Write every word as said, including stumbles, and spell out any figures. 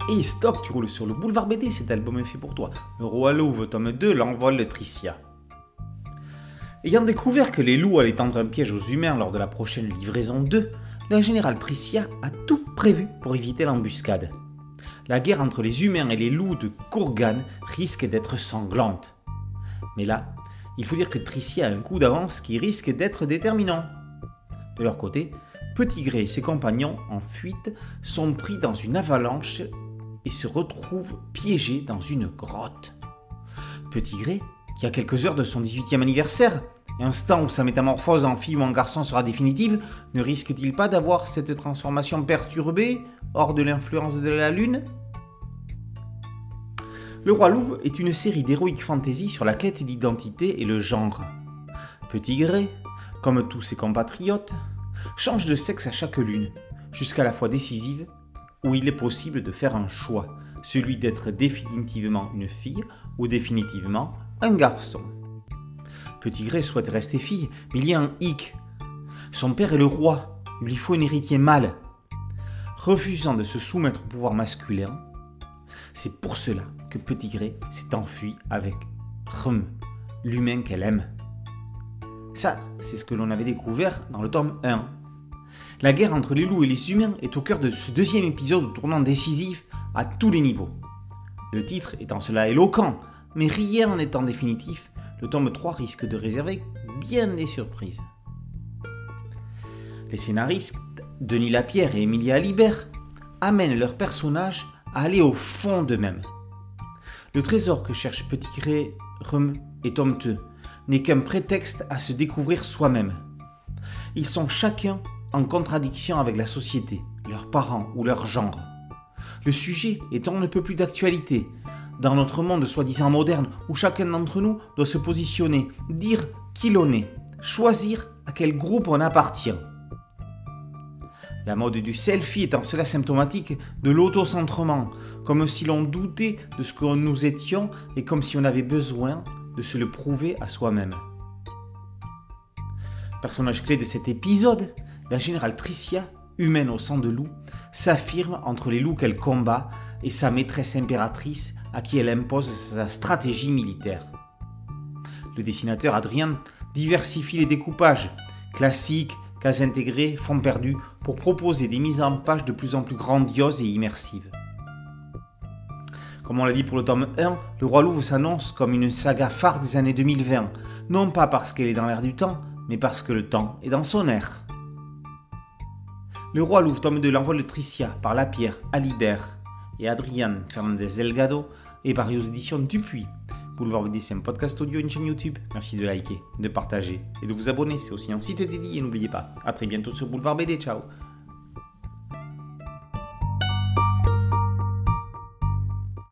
Et stop, tu roules sur le boulevard B D, cet album est fait pour toi. Le Roi Louve, tome deux, l'envol de Tricia. Ayant découvert que les loups allaient tendre un piège aux humains lors de la prochaine livraison deux, la générale Tricia a tout prévu pour éviter l'embuscade. La guerre entre les humains et les loups de Kurgan risque d'être sanglante. Mais là, il faut dire que Tricia a un coup d'avance qui risque d'être déterminant. De leur côté, Petitgré et ses compagnons en fuite sont pris dans une avalanche et se retrouvent piégés dans une grotte. Petitgré, qui a quelques heures de son dix-huitième anniversaire, instant où sa métamorphose en fille ou en garçon sera définitive, ne risque-t-il pas d'avoir cette transformation perturbée, hors de l'influence de la lune ? Le Roi Louve est une série d'heroic fantasy sur la quête d'identité et le genre. Petitgré, comme tous ses compatriotes, change de sexe à chaque lune, jusqu'à la fois décisive, où il est possible de faire un choix, celui d'être définitivement une fille ou définitivement un garçon. Petitgré souhaite rester fille, mais il y a un hic. Son père est le roi, il lui faut un héritier mâle. Refusant de se soumettre au pouvoir masculin, c'est pour cela que Petitgré s'est enfui avec Rhm, l'humain qu'elle aime. Ça, c'est ce que l'on avait découvert dans le tome un. La guerre entre les loups et les humains est au cœur de ce deuxième épisode au tournant décisif à tous les niveaux. Le titre est en cela éloquent, mais rien n'étant définitif, le tome trois risque de réserver bien des surprises. Les scénaristes, Denis Lapierre et Emilia Alibert, amènent leurs personnages à aller au fond d'eux-mêmes. Le trésor que cherche Petitgré, Rhm et tome deux n'est qu'un prétexte à se découvrir soi-même. Ils sont chacun en contradiction avec la société, leurs parents ou leur genre. Le sujet est on ne peut plus d'actualité, dans notre monde soi-disant moderne où chacun d'entre nous doit se positionner, dire qui l'on est, choisir à quel groupe on appartient. La mode du selfie est en cela symptomatique de l'autocentrement, comme si l'on doutait de ce que nous étions et comme si on avait besoin de se le prouver à soi-même. Personnage clé de cet épisode, la générale Tricia, humaine au sang de loup, s'affirme entre les loups qu'elle combat et sa maîtresse impératrice à qui elle impose sa stratégie militaire. Le dessinateur Adrien diversifie les découpages, classiques, cases intégrées, fonds perdus, pour proposer des mises en page de plus en plus grandioses et immersives. Comme on l'a dit pour le tome un, Le Roi Louve s'annonce comme une saga phare des années deux mille vingt, non pas parce qu'elle est dans l'air du temps, mais parce que le temps est dans son air. Le Roi Louve, tome deux, l'envol de Tricia, par Lapierre, Alibert et Adrián Fernández Delgado, et paru aux éditions Dupuis. Boulevard B D, c'est un podcast audio et une chaîne YouTube. Merci de liker, de partager et de vous abonner. C'est aussi un site dédié. Et n'oubliez pas, à très bientôt sur Boulevard B D. Ciao.